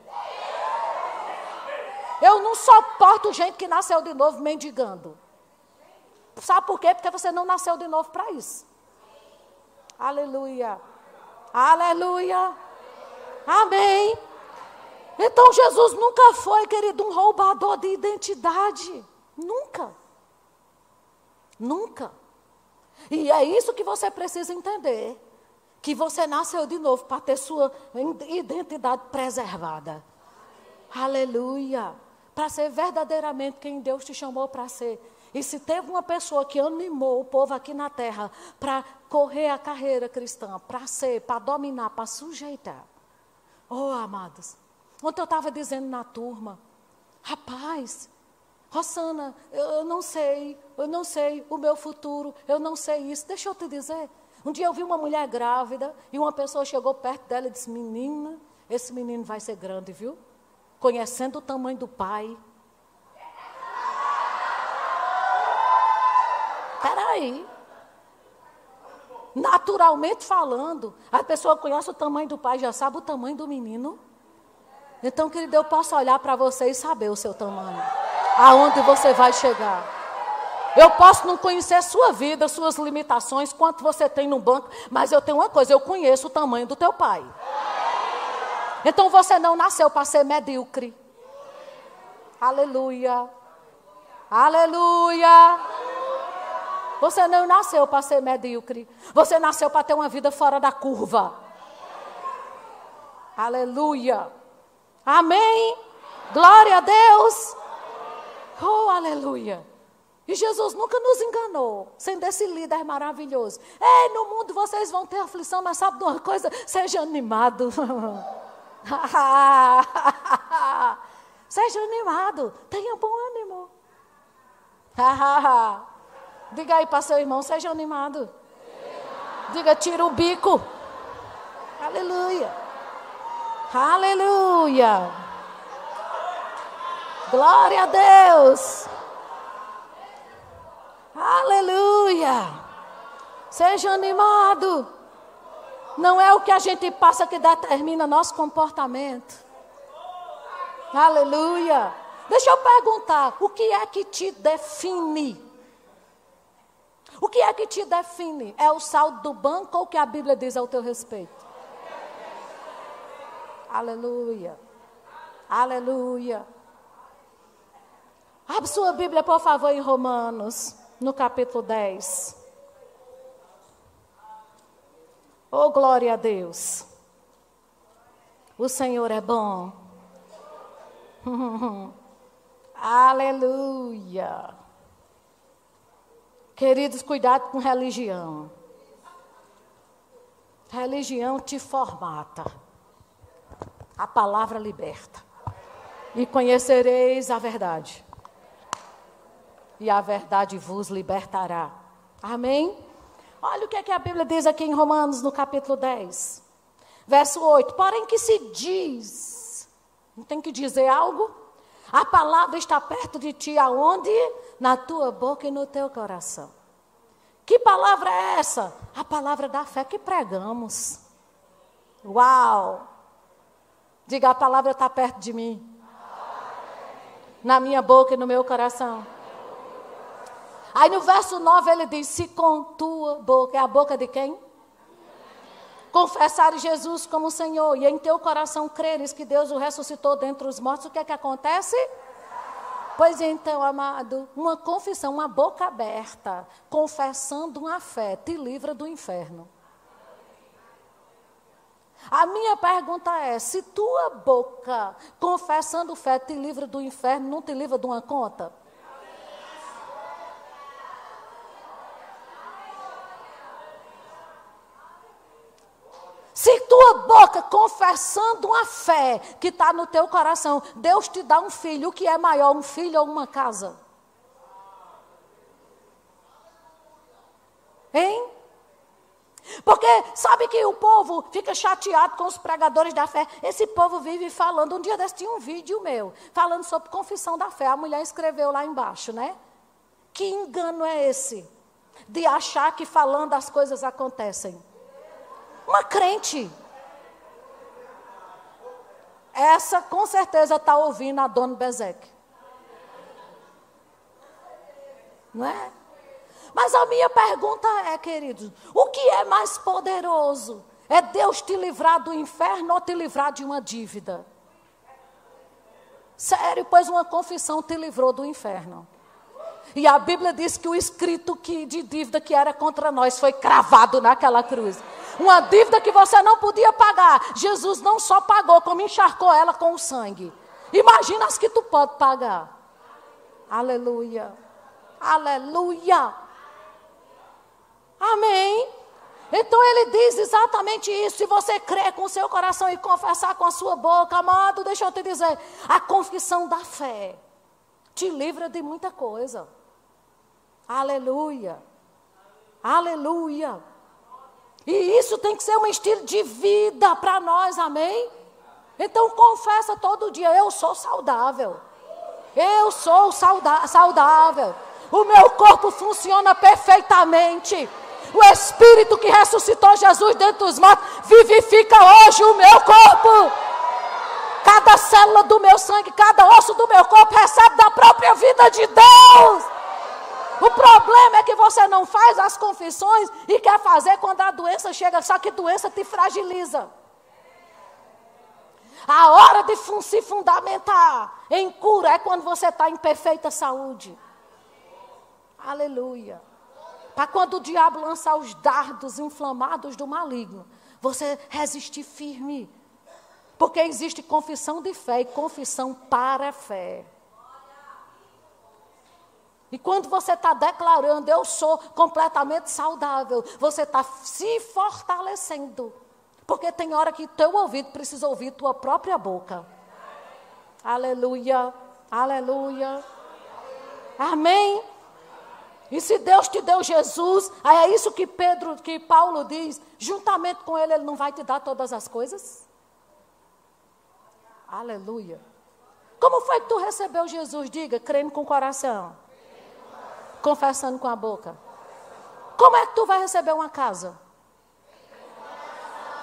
Speaker 1: Eu não suporto gente que nasceu de novo mendigando. Sabe por quê? Porque você não nasceu de novo para isso. Aleluia. Aleluia. Amém. Então Jesus nunca foi, querido, um roubador de identidade. Nunca. Nunca. E é isso que você precisa entender. Que você nasceu de novo para ter sua identidade preservada. Aleluia. Para ser verdadeiramente quem Deus te chamou para ser. E se teve uma pessoa que animou o povo aqui na terra para correr a carreira cristã, para ser, para dominar, para sujeitar. Oh, amados, ontem eu estava dizendo na turma, rapaz, Rosana, eu não sei o meu futuro, eu não sei isso. Deixa eu te dizer, um dia eu vi uma mulher grávida e uma pessoa chegou perto dela e disse, menina, esse menino vai ser grande, viu? Conhecendo o tamanho do pai. Peraí. Naturalmente falando, a pessoa conhece o tamanho do pai, já sabe o tamanho do menino. Então, querido, eu posso olhar para você e saber o seu tamanho. Aonde você vai chegar. Eu posso não conhecer a sua vida, suas limitações, quanto você tem no banco, mas eu tenho uma coisa, eu conheço o tamanho do teu pai. Então, você não nasceu para ser medíocre. Aleluia. Aleluia. Você não nasceu para ser medíocre. Você nasceu para ter uma vida fora da curva. Aleluia. Amém. Glória a Deus. Oh, aleluia. E Jesus nunca nos enganou, sendo esse líder maravilhoso. Ei, no mundo vocês vão ter aflição, mas sabe de uma coisa? Seja animado. Seja animado. Tenha bom ânimo. Diga aí para seu irmão, seja animado. Diga, tira o bico. Aleluia. Aleluia. Glória a Deus. Aleluia. Seja animado. Não é o que a gente passa que determina nosso comportamento. Aleluia. Deixa eu perguntar, o que é que te define? O que é que te define? É o saldo do banco ou o que a Bíblia diz ao teu respeito? Aleluia. Aleluia. Abre sua Bíblia, por favor, em Romanos, no capítulo 10. Oh, glória a Deus. O Senhor é bom. Aleluia. Queridos, cuidado com religião. Religião te formata. A palavra liberta. E conhecereis a verdade. E a verdade vos libertará. Amém? Olha o que é que a Bíblia diz aqui em Romanos, no capítulo 10. Verso 8. Porém que se diz, não tem que dizer algo? A palavra está perto de ti, aonde? Na tua boca e no teu coração. Que palavra é essa? A palavra da fé que pregamos. Uau! Diga, a palavra está perto de mim. Na minha boca e no meu coração. Aí no verso 9 ele diz, se com tua boca, é a boca de quem? Confessares Jesus como Senhor e em teu coração creres que Deus o ressuscitou dentre os mortos, o que é que acontece? Pois então, amado, uma confissão, uma boca aberta, confessando uma fé, te livra do inferno. A minha pergunta é, se tua boca, confessando fé, te livra do inferno, não te livra de uma conta? Se tua boca, confessando uma fé que está no teu coração, Deus te dá um filho, o que é maior, um filho ou uma casa? Hein? Porque sabe que o povo fica chateado com os pregadores da fé. Esse povo vive falando, um dia desse tinha um vídeo meu, falando sobre confissão da fé. A mulher escreveu lá embaixo, né? Que engano é esse? De achar que falando as coisas acontecem. Uma crente. Essa com certeza está ouvindo a Dona Bezek. Não é? Mas a minha pergunta é, queridos, o que é mais poderoso? É Deus te livrar do inferno ou te livrar de uma dívida? Sério, pois uma confissão te livrou do inferno. E a Bíblia diz que o escrito de dívida que era contra nós foi cravado naquela cruz. Uma dívida que você não podia pagar. Jesus não só pagou, como encharcou ela com o sangue. Imagina as que tu pode pagar. Aleluia. Aleluia. Amém. Então ele diz exatamente isso. Se você crer com o seu coração e confessar com a sua boca, amado, deixa eu te dizer, a confissão da fé te livra de muita coisa. Aleluia. Aleluia. E isso tem que ser um estilo de vida para nós, amém? Então confessa todo dia, eu sou saudável. Eu sou saudável. O meu corpo funciona perfeitamente. O Espírito que ressuscitou Jesus dentro dos mortos vivifica hoje o meu corpo. Cada célula do meu sangue, cada osso do meu corpo recebe da própria vida de Deus. O problema é que você não faz as confissões e quer fazer quando a doença chega, só que a doença te fragiliza. A hora de se fundamentar em cura é quando você está em perfeita saúde. Aleluia. Para quando o diabo lançar os dardos inflamados do maligno, você resistir firme. Porque existe confissão de fé e confissão para a fé. E quando você está declarando, eu sou completamente saudável, você está se fortalecendo. Porque tem hora que teu ouvido precisa ouvir tua própria boca. Aleluia, aleluia. Amém? E se Deus te deu Jesus, aí é isso que Paulo diz, juntamente com ele não vai te dar todas as coisas? Aleluia. Como foi que tu recebeu Jesus? Diga, crendo com o coração. Confessando com a boca. Como é que tu vai receber uma casa?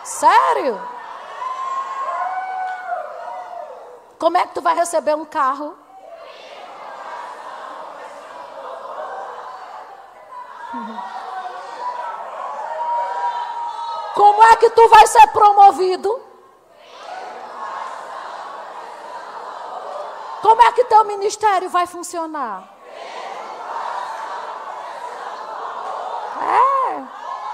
Speaker 1: Sério? Como é que tu vai receber um carro? Como é que tu vai ser promovido? Como é que teu ministério vai funcionar? É.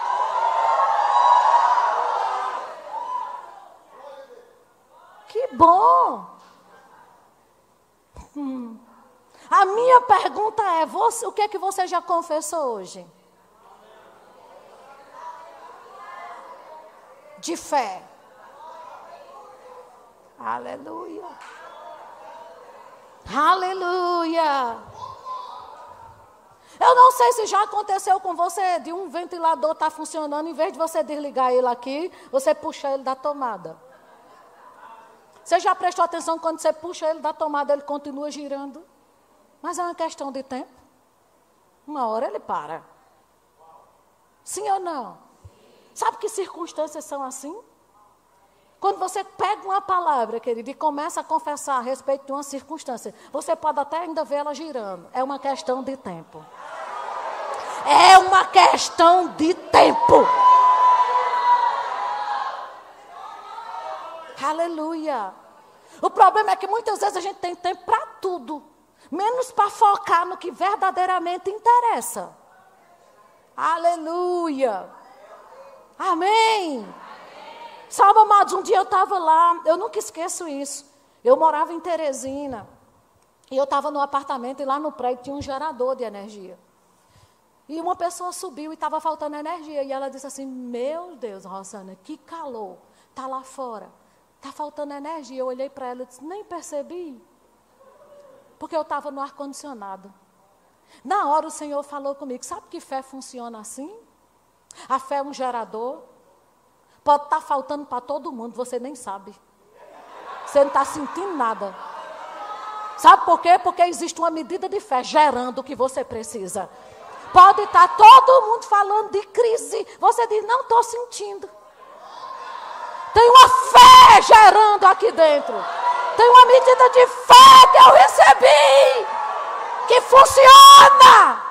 Speaker 1: Que bom. A minha pergunta é, o que é que você já confessou hoje? De fé. Aleluia. Aleluia. Eu não sei se já aconteceu com você de um ventilador estar funcionando, em vez de você desligar ele aqui, você puxa ele da tomada. Você já prestou atenção quando você puxa ele da tomada, ele continua girando? Mas é uma questão de tempo. Uma hora ele para. Sim ou não? Sabe que circunstâncias são assim? Quando você pega uma palavra, querido, e começa a confessar a respeito de uma circunstância, você pode até ainda ver ela girando. É uma questão de tempo. É uma questão de tempo. Aleluia. O problema é que muitas vezes a gente tem tempo para tudo, menos para focar no que verdadeiramente interessa. Aleluia. Amém. Sabe, amados, um dia eu estava lá, eu nunca esqueço isso. Eu morava em Teresina, e eu estava no apartamento, e lá no prédio tinha um gerador de energia. E uma pessoa subiu e estava faltando energia, e ela disse assim, meu Deus, Rosana, que calor, está lá fora, está faltando energia. Eu olhei para ela e disse, nem percebi, porque eu estava no ar-condicionado. Na hora o Senhor falou comigo, sabe que fé funciona assim? A fé é um gerador. Pode estar faltando para todo mundo, você nem sabe. Você não está sentindo nada. Sabe por quê? Porque existe uma medida de fé gerando o que você precisa. Pode estar todo mundo falando de crise. Você diz, não estou sentindo. Tem uma fé gerando aqui dentro. Tem uma medida de fé que eu recebi. Que funciona.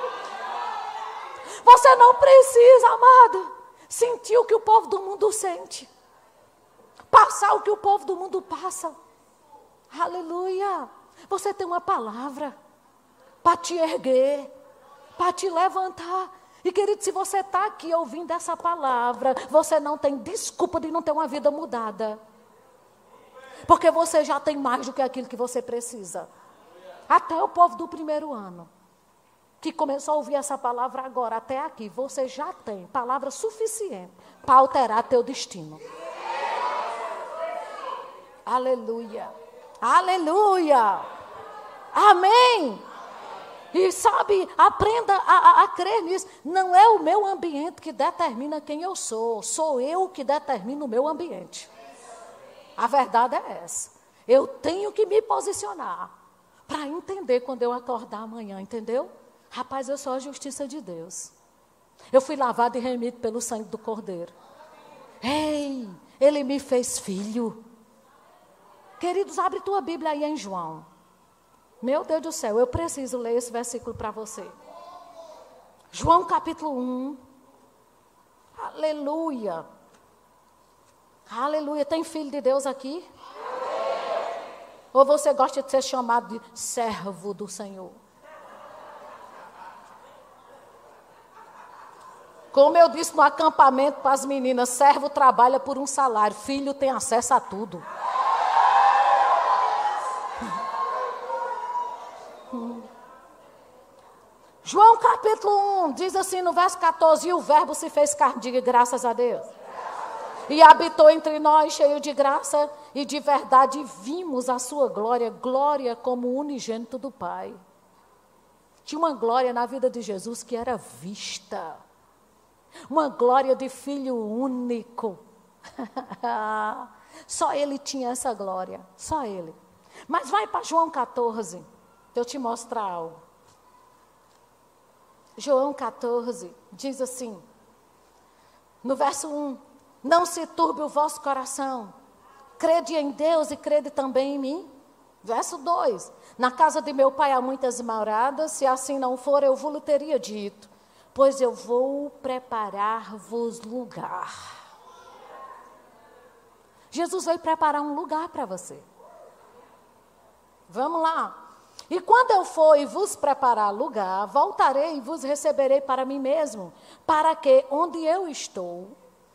Speaker 1: Você não precisa, amado, sentir o que o povo do mundo sente. Passar o que o povo do mundo passa. Aleluia. Você tem uma palavra para te erguer, para te levantar. E querido, se você está aqui ouvindo essa palavra, você não tem desculpa de não ter uma vida mudada. Porque você já tem mais do que aquilo que você precisa. Até o povo do primeiro ano, que começou a ouvir essa palavra agora, até aqui, você já tem palavra suficiente para alterar teu destino. Aleluia. Aleluia. Amém. E sabe, aprenda a crer nisso. Não é o meu ambiente que determina quem eu sou. Sou eu que determino o meu ambiente. A verdade é essa. Eu tenho que me posicionar para entender quando eu acordar amanhã, entendeu? Rapaz, eu sou a justiça de Deus. Eu fui lavado e remido pelo sangue do Cordeiro. Ei, Ele me fez filho. Queridos, abre tua Bíblia aí em João. Meu Deus do céu, eu preciso ler esse versículo para você. João capítulo 1. Aleluia. Aleluia. Tem filho de Deus aqui? Ou você gosta de ser chamado de servo do Senhor? Como eu disse no acampamento para as meninas, servo trabalha por um salário, filho tem acesso a tudo. João capítulo 1 diz assim no verso 14, e o verbo se fez carne, diga graças a Deus. E habitou entre nós, cheio de graça e de verdade, e vimos a sua glória, glória como unigênito do Pai. Tinha uma glória na vida de Jesus que era vista. Uma glória de filho único. Só ele tinha essa glória, só ele. Mas vai para João 14, deixa eu te mostrar algo. João 14 diz assim, no verso 1, Não se turbe o vosso coração. Crede em Deus e crede também em mim. Verso 2. Na casa de meu pai há muitas moradas, se assim não for, eu vos teria dito, pois eu vou preparar-vos lugar. Jesus veio preparar um lugar para você. Vamos lá. E quando eu for e vos preparar lugar, voltarei e vos receberei para mim mesmo, para que onde eu estou,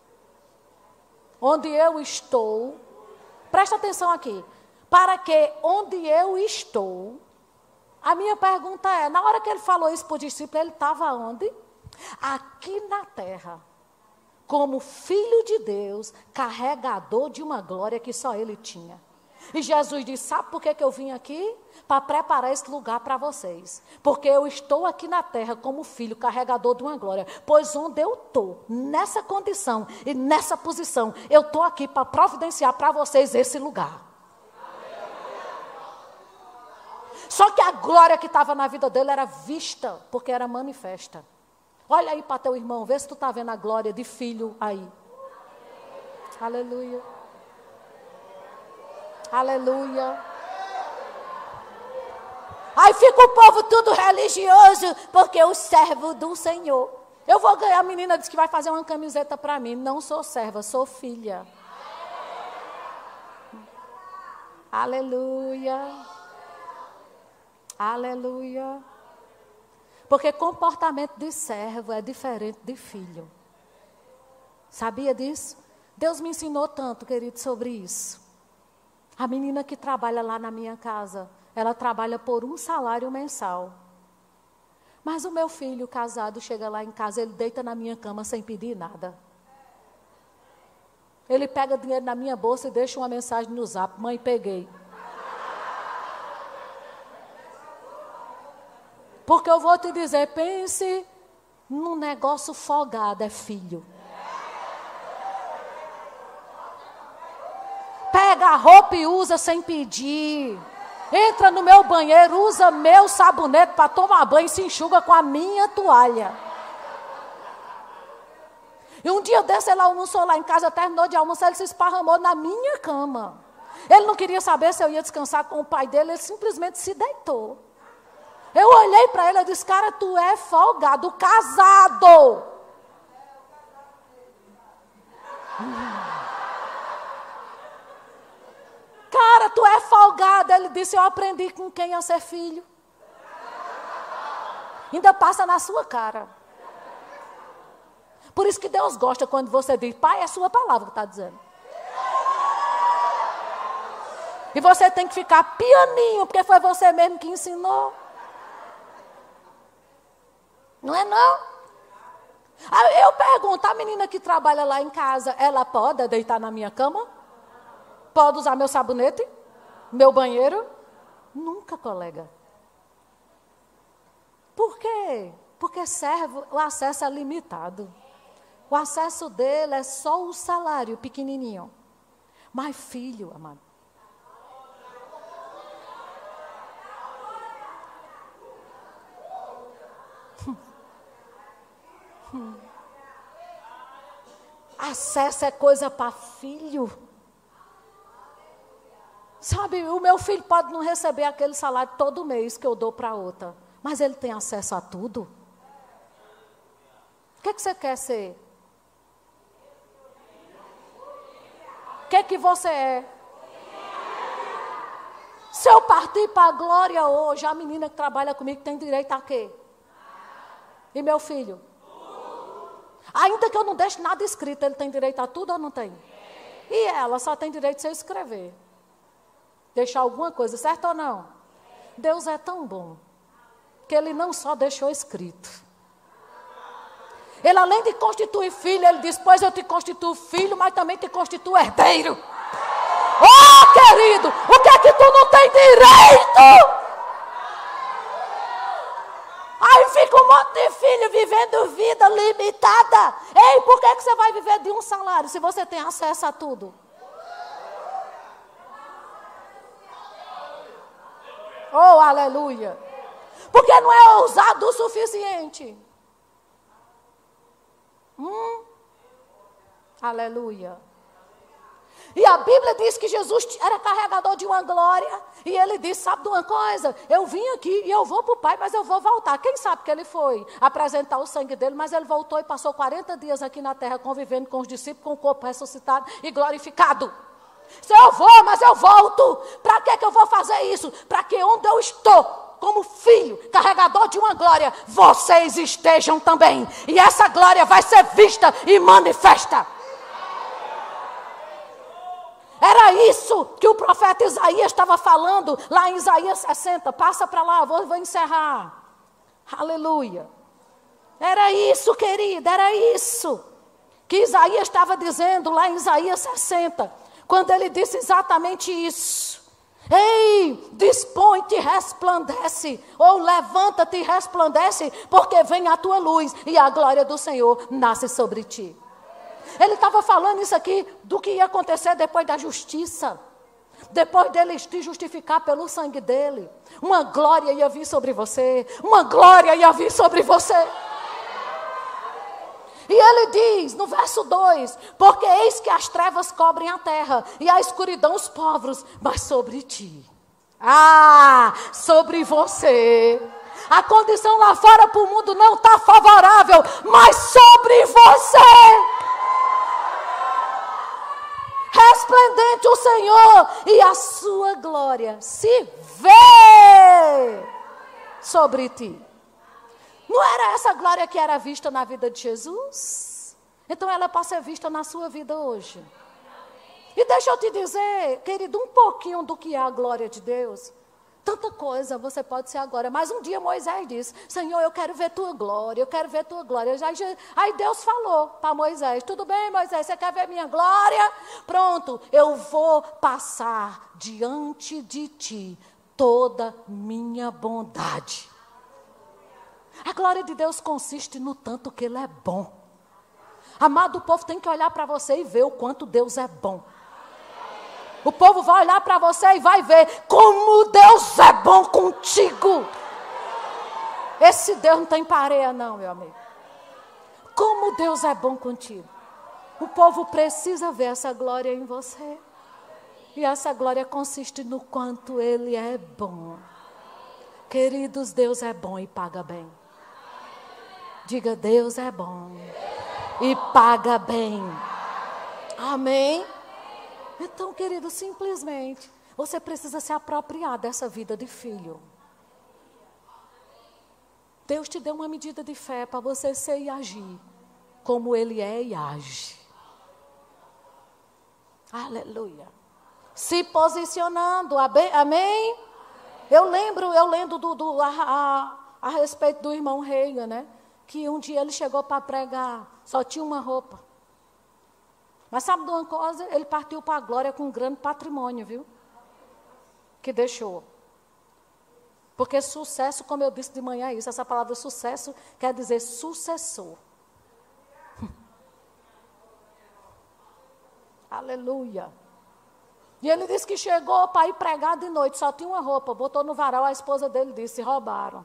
Speaker 1: presta atenção aqui, para que onde eu estou, a minha pergunta é, na hora que ele falou isso para o discípulo, ele estava onde? Aqui na terra, como filho de Deus, carregador de uma glória que só ele tinha. E Jesus disse, sabe por que eu vim aqui? Para preparar esse lugar para vocês. Porque eu estou aqui na terra como filho, carregador de uma glória. Pois onde eu estou, nessa condição e nessa posição, eu estou aqui para providenciar para vocês esse lugar. Só que a glória que estava na vida dele era vista, porque era manifesta. Olha aí para teu irmão, vê se tu está vendo a glória de filho aí. Aleluia. Aleluia. Aí fica o povo tudo religioso, porque eu servo do Senhor. Eu vou ganhar, a menina disse que vai fazer uma camiseta para mim. Não sou serva, sou filha. Aleluia. Aleluia. Porque comportamento de servo é diferente de filho. Sabia disso? Deus me ensinou tanto, querido, sobre isso. A menina que trabalha lá na minha casa, ela trabalha por um salário mensal. Mas o meu filho casado chega lá em casa, ele deita na minha cama sem pedir nada. Ele pega dinheiro na minha bolsa e deixa uma mensagem no zap, mãe, peguei. Porque eu vou te dizer, pense num negócio folgado, é filho. Pega a roupa e usa sem pedir. Entra no meu banheiro, usa meu sabonete para tomar banho e se enxuga com a minha toalha. E um dia desse, ele almoçou lá em casa, terminou de almoçar, ele se esparramou na minha cama. Ele não queria saber se eu ia descansar com o pai dele, ele simplesmente se deitou. Eu olhei para ele e disse, cara, tu é folgado, casado. Cara, tu é folgado. Ele disse, eu aprendi com quem a ser filho. Ainda passa na sua cara. Por isso que Deus gosta quando você diz, pai, é a sua palavra que está dizendo. E você tem que ficar pianinho, porque foi você mesmo que ensinou. Não é não? Aí eu pergunto, a menina que trabalha lá em casa, ela pode deitar na minha cama? Pode usar meu sabonete? Meu banheiro? Nunca, colega. Por quê? Porque servo, o acesso é limitado. O acesso dele é só o salário pequenininho. Mas filho, amado. Acesso é coisa para filho. Sabe, o meu filho pode não receber aquele salário todo mês que eu dou para outra, mas ele tem acesso a tudo. O que você quer ser? O que você é? Se eu partir para a glória hoje, a menina que trabalha comigo tem direito a quê? E meu filho? Ainda que eu não deixe nada escrito, ele tem direito a tudo ou não tem? E ela só tem direito de se escrever. Deixar alguma coisa, certo ou não? Deus é tão bom, que Ele não só deixou escrito. Ele, além de constituir filho, Ele diz, pois eu te constituo filho, mas também te constituo herdeiro. Oh, querido, o que é que tu não tem direito? Aí fica um monte de filho vivendo vida limitada. Ei, por que você vai viver de um salário se você tem acesso a tudo? Oh, aleluia. Porque não é ousado o suficiente. Aleluia. E a Bíblia diz que Jesus era carregador de uma glória. E ele disse, sabe de uma coisa? Eu vim aqui e eu vou para o Pai, mas eu vou voltar. Quem sabe que ele foi apresentar o sangue dele, mas ele voltou e passou 40 dias aqui na terra, convivendo com os discípulos, com o corpo ressuscitado e glorificado. Se eu vou, mas eu volto. Para que eu vou fazer isso? Para que onde eu estou, como filho, carregador de uma glória, vocês estejam também. E essa glória vai ser vista e manifesta. Era isso que o profeta Isaías estava falando lá em Isaías 60. Passa para lá, vou encerrar. Aleluia. Era isso, querida, era isso que Isaías estava dizendo lá em Isaías 60. Quando ele disse exatamente isso. Ei, dispõe-te e resplandece. Ou levanta-te e resplandece, porque vem a tua luz e a glória do Senhor nasce sobre ti. Ele estava falando isso aqui do que ia acontecer depois da justiça. Depois dele te justificar pelo sangue dele. Uma glória ia vir sobre você. Uma glória ia vir sobre você. E ele diz no verso 2: porque eis que as trevas cobrem a terra e a escuridão os povos, mas sobre ti. Sobre você. A condição lá fora para o mundo não está favorável, mas sobre você. Resplendente o Senhor e a sua glória se vê sobre ti. Não era essa glória que era vista na vida de Jesus? Então ela pode ser vista na sua vida hoje. E deixa eu te dizer, querido, um pouquinho do que é a glória de Deus. Tanta coisa você pode ser agora. Mas um dia Moisés disse, Senhor, eu quero ver tua glória, eu quero ver tua glória. Aí Deus falou para Moisés, tudo bem, Moisés, você quer ver minha glória? Pronto, eu vou passar diante de ti toda minha bondade. A glória de Deus consiste no tanto que Ele é bom. Amado, o povo tem que olhar para você e ver o quanto Deus é bom. O povo vai olhar para você e vai ver como Deus é bom contigo. Esse Deus não tem pareia não, meu amigo. Como Deus é bom contigo. O povo precisa ver essa glória em você. E essa glória consiste no quanto Ele é bom. Queridos, Deus é bom e paga bem. Diga, Deus é bom e paga bem. Amém? Então, querido, simplesmente, você precisa se apropriar dessa vida de filho. Deus te deu uma medida de fé para você ser e agir como Ele é e age. Aleluia. Se posicionando, amém? Eu lembro a respeito do irmão Reagan, né? Que um dia ele chegou para pregar, só tinha uma roupa. Mas sabe de uma coisa? Ele partiu para a glória com um grande patrimônio, viu? Que deixou. Porque sucesso, como eu disse de manhã, é isso. Essa palavra sucesso quer dizer sucessor. Aleluia. E ele disse que chegou para ir pregar de noite, só tinha uma roupa, botou no varal, a esposa dele disse, roubaram.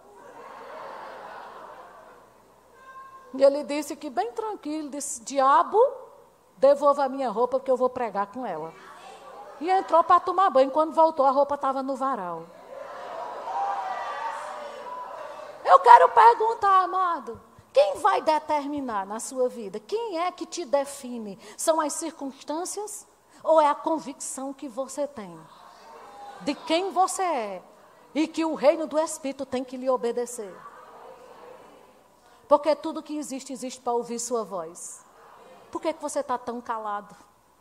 Speaker 1: E ele disse que bem tranquilo, disse, diabo, devolva a minha roupa porque eu vou pregar com ela. E entrou para tomar banho. Quando voltou, a roupa estava no varal. Eu quero perguntar, amado, quem vai determinar na sua vida? Quem é que te define? São as circunstâncias ou é a convicção que você tem? De quem você é e que o reino do Espírito tem que lhe obedecer. Porque tudo que existe, existe para ouvir sua voz. Por que você está tão calado?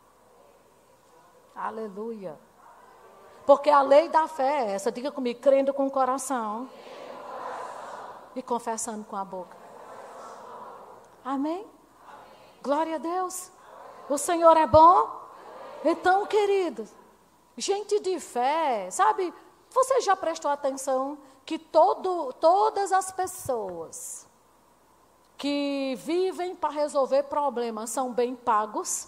Speaker 1: Aleluia. Porque a lei da fé é essa, diga comigo, crendo com o coração e confessando com a boca. Amém? Glória a Deus. O Senhor é bom? Então, queridos, gente de fé, sabe, você já prestou atenção que todas as pessoas que vivem para resolver problemas são bem pagos?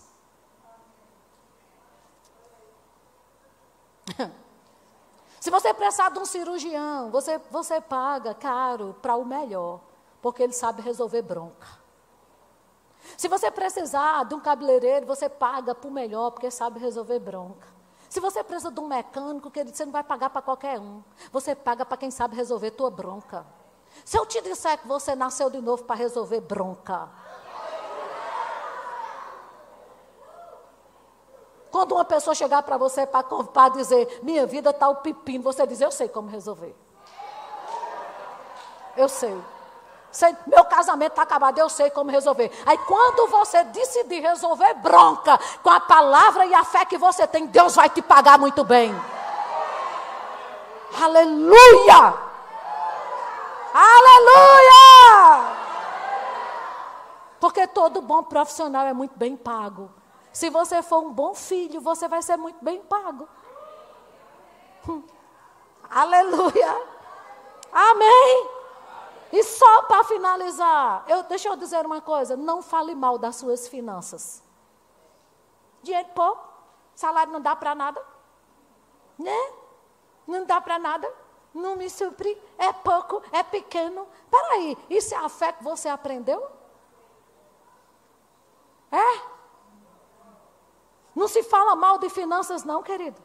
Speaker 1: Se você precisar de um cirurgião, você paga caro para o melhor, porque ele sabe resolver bronca. Se você precisar de um cabeleireiro, você paga por melhor, porque sabe resolver bronca. Se você precisa de um mecânico, querido, você não vai pagar para qualquer um. Você paga para quem sabe resolver tua bronca. Se eu te disser que você nasceu de novo para resolver bronca. Quando uma pessoa chegar para você para dizer, minha vida está o pepino, você diz, eu sei como resolver. Eu sei. Meu casamento está acabado, eu sei como resolver. Aí quando você decidir resolver bronca com a palavra e a fé que você tem, Deus vai te pagar muito bem. Aleluia! Aleluia! Porque todo bom profissional é muito bem pago. Se você for um bom filho, você vai ser muito bem pago. Aleluia! Amém! E só para finalizar, deixa eu dizer uma coisa, não fale mal das suas finanças. Dinheiro pouco, salário não dá para nada, né? Não dá para nada, não me supre, é pouco, é pequeno. Peraí, isso é a fé que você aprendeu? É? Não se fala mal de finanças não, querido.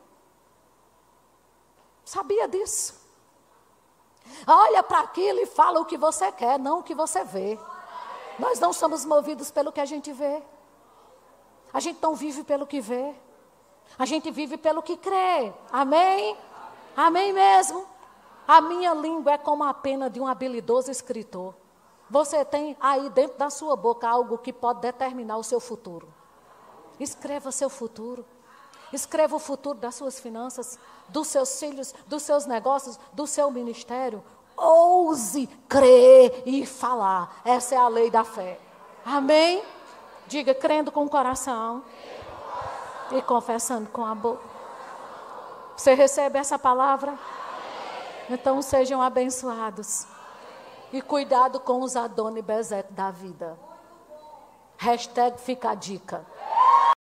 Speaker 1: Sabia disso? Olha para aquilo e fala o que você quer, não o que você vê. Nós não somos movidos pelo que a gente vê. A gente não vive pelo que vê. A gente vive pelo que crê. Amém? Amém mesmo? A minha língua é como a pena de um habilidoso escritor. Você tem aí dentro da sua boca algo que pode determinar o seu futuro. Escreva seu futuro. Escreva o futuro das suas finanças, dos seus filhos, dos seus negócios, do seu ministério. Ouse crer e falar. Essa é a lei da fé. Amém? Diga, crendo com o coração e confessando com a boca. Você recebe essa palavra? Então sejam abençoados. E cuidado com os Adoni Bezek da vida. Hashtag fica a dica.